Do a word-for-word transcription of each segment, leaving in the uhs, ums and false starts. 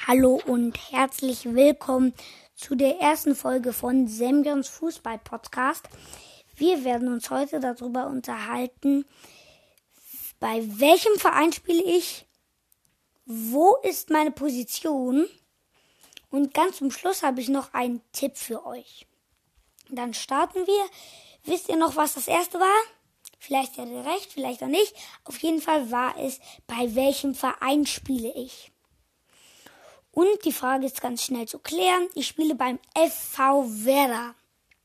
Hallo und herzlich willkommen zu der ersten Folge von Semjons Fußball-Podcast. Wir werden uns heute darüber unterhalten, bei welchem Verein spiele ich, wo ist meine Position und ganz zum Schluss habe ich noch einen Tipp für euch. Dann starten wir. Wisst ihr noch, was das erste war? Vielleicht habt ihr recht, vielleicht auch nicht. Auf jeden Fall war es, bei welchem Verein spiele ich. Und die Frage ist ganz schnell zu klären. Ich spiele beim F V Werder.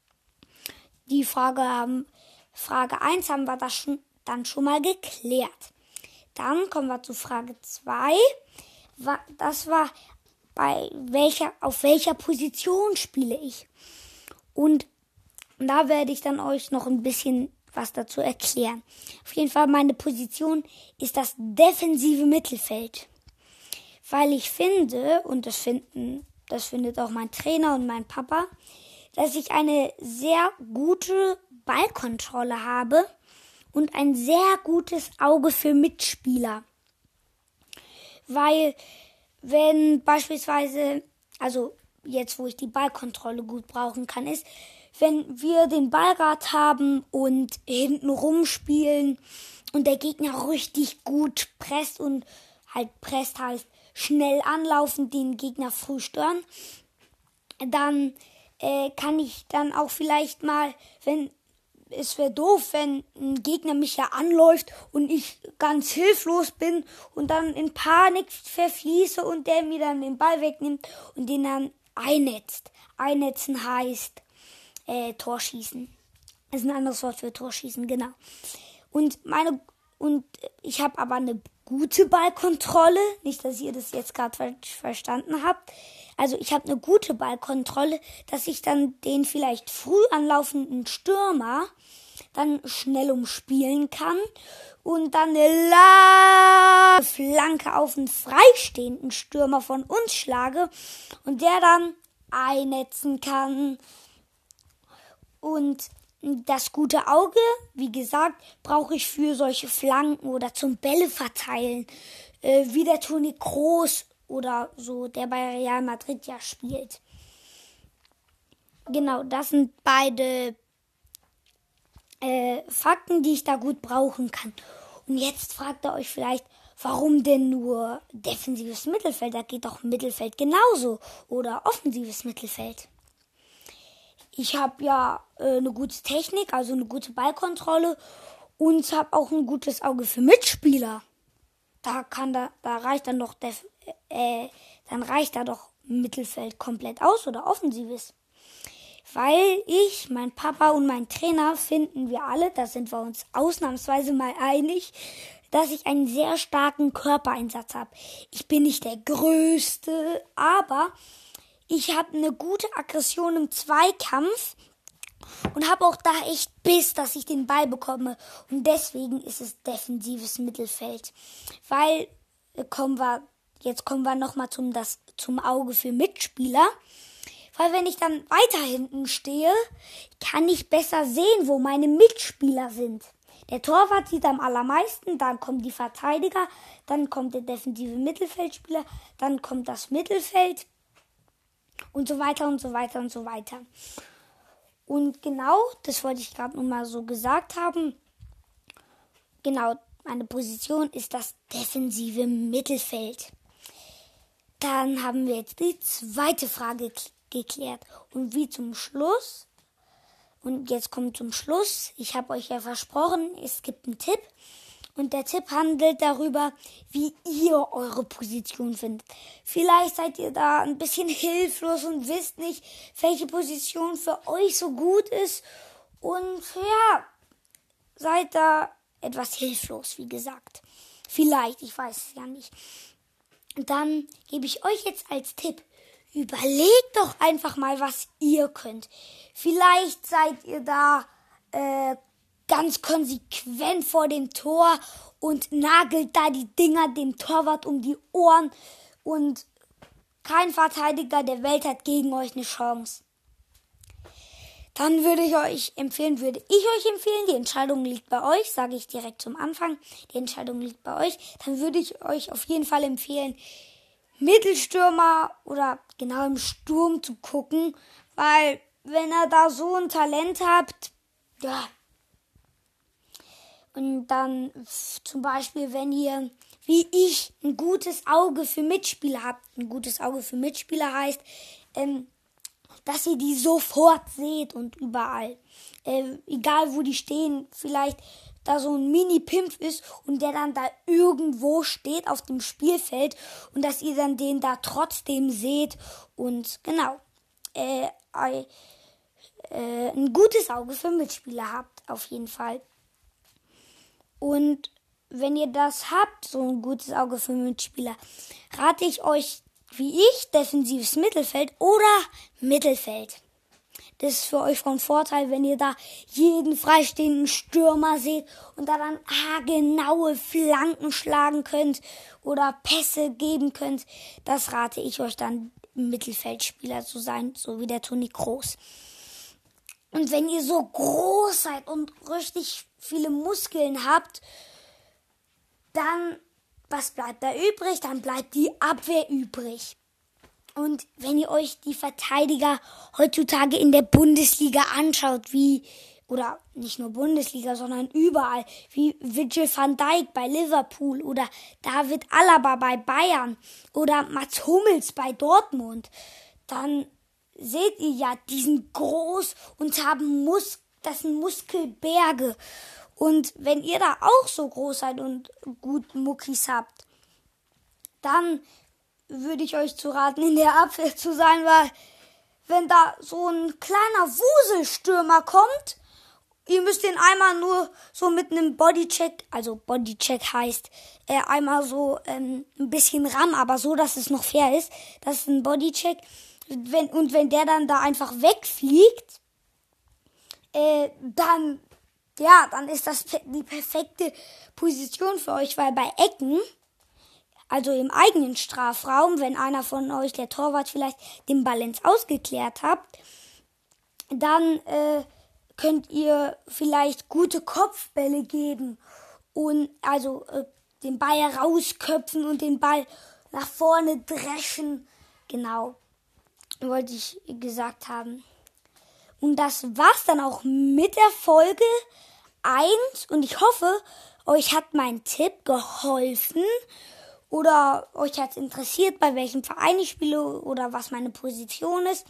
Die Frage, haben, Frage eins haben wir das schon, dann schon mal geklärt. Dann kommen wir zu Frage zwei. Das war, bei welcher, auf welcher Position spiele ich? Und da werde ich dann euch noch ein bisschen was dazu erklären. Auf jeden Fall, meine Position ist das defensive Mittelfeld. Weil ich finde, und das finden, das findet auch mein Trainer und mein Papa, dass ich eine sehr gute Ballkontrolle habe und ein sehr gutes Auge für Mitspieler. Weil, wenn beispielsweise, also jetzt, wo ich die Ballkontrolle gut brauchen kann, ist, wenn wir den Ballgrad haben und hinten rumspielen und der Gegner richtig gut presst und halt presst heißt schnell anlaufen, den Gegner früh stören, dann äh, kann ich dann auch vielleicht mal, wenn es wäre doof, wenn ein Gegner mich ja anläuft und ich ganz hilflos bin und dann in Panik verfließe und der mir dann den Ball wegnimmt und den dann einnetzt. Einnetzen heißt äh, Torschießen. Das ist ein anderes Wort für Torschießen, genau. Und meine und ich habe aber eine gute Ballkontrolle, nicht, dass ihr das jetzt gerade falsch verstanden habt. Also ich habe eine gute Ballkontrolle, dass ich dann den vielleicht früh anlaufenden Stürmer dann schnell umspielen kann und dann eine lange Flanke auf einen freistehenden Stürmer von uns schlage und der dann einnetzen kann. Und das gute Auge, wie gesagt, brauche ich für solche Flanken oder zum Bälle verteilen, äh, wie der Toni Kroos oder so, der bei Real Madrid ja spielt. Genau, das sind beide äh, Fakten, die ich da gut brauchen kann. Und jetzt fragt ihr euch vielleicht, warum denn nur defensives Mittelfeld? Da geht doch Mittelfeld genauso oder offensives Mittelfeld. Ich habe ja äh, eine gute Technik, also eine gute Ballkontrolle und habe auch ein gutes Auge für Mitspieler. Da kann da, da reicht dann doch def, äh, dann reicht da doch Mittelfeld komplett aus oder Offensives. Weil ich, mein Papa und mein Trainer finden wir alle, da sind wir uns ausnahmsweise mal einig, dass ich einen sehr starken Körpereinsatz habe. Ich bin nicht der Größte, aber ich habe eine gute Aggression im Zweikampf und habe auch da echt Biss, dass ich den Ball bekomme. Und deswegen ist es defensives Mittelfeld. Weil, kommen wir, jetzt kommen wir nochmal zum, das, zum Auge für Mitspieler. Weil wenn ich dann weiter hinten stehe, kann ich besser sehen, wo meine Mitspieler sind. Der Torwart sieht am allermeisten, dann kommen die Verteidiger, dann kommt der defensive Mittelfeldspieler, dann kommt das Mittelfeld. Und so weiter und so weiter und so weiter. Und genau, das wollte ich gerade nochmal so gesagt haben. Genau, meine Position ist das defensive Mittelfeld. Dann haben wir jetzt die zweite Frage k- geklärt. Und wie zum Schluss, und jetzt kommt zum Schluss, ich habe euch ja versprochen, es gibt einen Tipp. Und der Tipp handelt darüber, wie ihr eure Position findet. Vielleicht seid ihr da ein bisschen hilflos und wisst nicht, welche Position für euch so gut ist. Und ja, seid da etwas hilflos, wie gesagt. Vielleicht, ich weiß es ja nicht. Und dann gebe ich euch jetzt als Tipp, überlegt doch einfach mal, was ihr könnt. Vielleicht seid ihr da äh, ganz konsequent vor dem Tor und nagelt da die Dinger dem Torwart um die Ohren und kein Verteidiger der Welt hat gegen euch eine Chance. Dann würde ich euch empfehlen, würde ich euch empfehlen, die Entscheidung liegt bei euch, sage ich direkt zum Anfang, die Entscheidung liegt bei euch, dann würde ich euch auf jeden Fall empfehlen, Mittelstürmer oder genau im Sturm zu gucken, weil wenn er da so ein Talent hat, ja. Und dann zum Beispiel, wenn ihr, wie ich, ein gutes Auge für Mitspieler habt. Ein gutes Auge für Mitspieler heißt, ähm, dass ihr die sofort seht und überall. Äh, egal wo die stehen, vielleicht da so ein Mini-Pimpf ist und der dann da irgendwo steht auf dem Spielfeld und dass ihr dann den da trotzdem seht und genau, äh, äh, äh, ein gutes Auge für Mitspieler habt, auf jeden Fall. Und wenn ihr das habt, so ein gutes Auge für Mitspieler, rate ich euch, wie ich, defensives Mittelfeld oder Mittelfeld. Das ist für euch von Vorteil, wenn ihr da jeden freistehenden Stürmer seht und da dann haargenaue Flanken schlagen könnt oder Pässe geben könnt. Das rate ich euch dann, Mittelfeldspieler zu sein, so wie der Toni Kroos. Und wenn ihr so groß seid und richtig viele Muskeln habt, dann, was bleibt da übrig? Dann bleibt die Abwehr übrig. Und wenn ihr euch die Verteidiger heutzutage in der Bundesliga anschaut, wie, oder nicht nur Bundesliga, sondern überall, wie Virgil van Dijk bei Liverpool oder David Alaba bei Bayern oder Mats Hummels bei Dortmund, dann seht ihr ja, die sind groß und haben Mus- das sind Muskelberge. Und wenn ihr da auch so groß seid und gut Muckis habt, dann würde ich euch zu raten, in der Abwehr zu sein, weil wenn da so ein kleiner Wuselstürmer kommt, ihr müsst den einmal nur so mit einem Bodycheck, also Bodycheck heißt äh, einmal so ähm, ein bisschen ram, aber so, dass es noch fair ist, das ist ein Bodycheck. Wenn, und wenn der dann da einfach wegfliegt, äh, dann, ja, dann ist das die perfekte Position für euch, weil bei Ecken, also im eigenen Strafraum, wenn einer von euch, der Torwart, vielleicht den Ball ins Ausgeklärt habt, dann äh, könnt ihr vielleicht gute Kopfbälle geben und also äh, den Ball rausköpfen und den Ball nach vorne dreschen. Genau, wollte ich gesagt haben. Und das war's dann auch mit der Folge eins. Und ich hoffe, euch hat mein Tipp geholfen. Oder euch hat's interessiert, bei welchem Verein ich spiele oder was meine Position ist.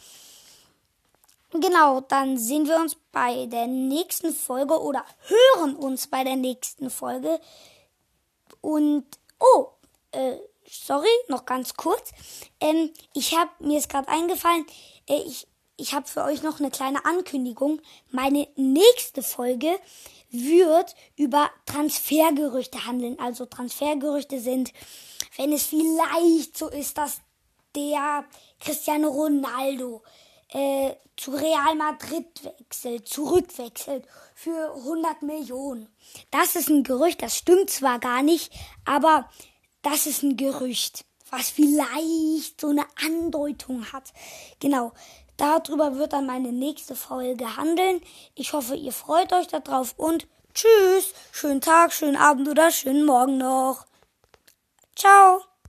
Genau, dann sehen wir uns bei der nächsten Folge oder hören uns bei der nächsten Folge. Und, oh, äh, sorry, noch ganz kurz. Ähm, ich habe, mir ist gerade eingefallen, äh, ich, ich habe für euch noch eine kleine Ankündigung. Meine nächste Folge wird über Transfergerüchte handeln. Also Transfergerüchte sind, wenn es vielleicht so ist, dass der Cristiano Ronaldo äh, zu Real Madrid wechselt, zurückwechselt für hundert Millionen. Das ist ein Gerücht, das stimmt zwar gar nicht, aber das ist ein Gerücht, was vielleicht so eine Andeutung hat. Genau, darüber wird dann meine nächste Folge handeln. Ich hoffe, ihr freut euch darauf und tschüss, schönen Tag, schönen Abend oder schönen Morgen noch. Ciao.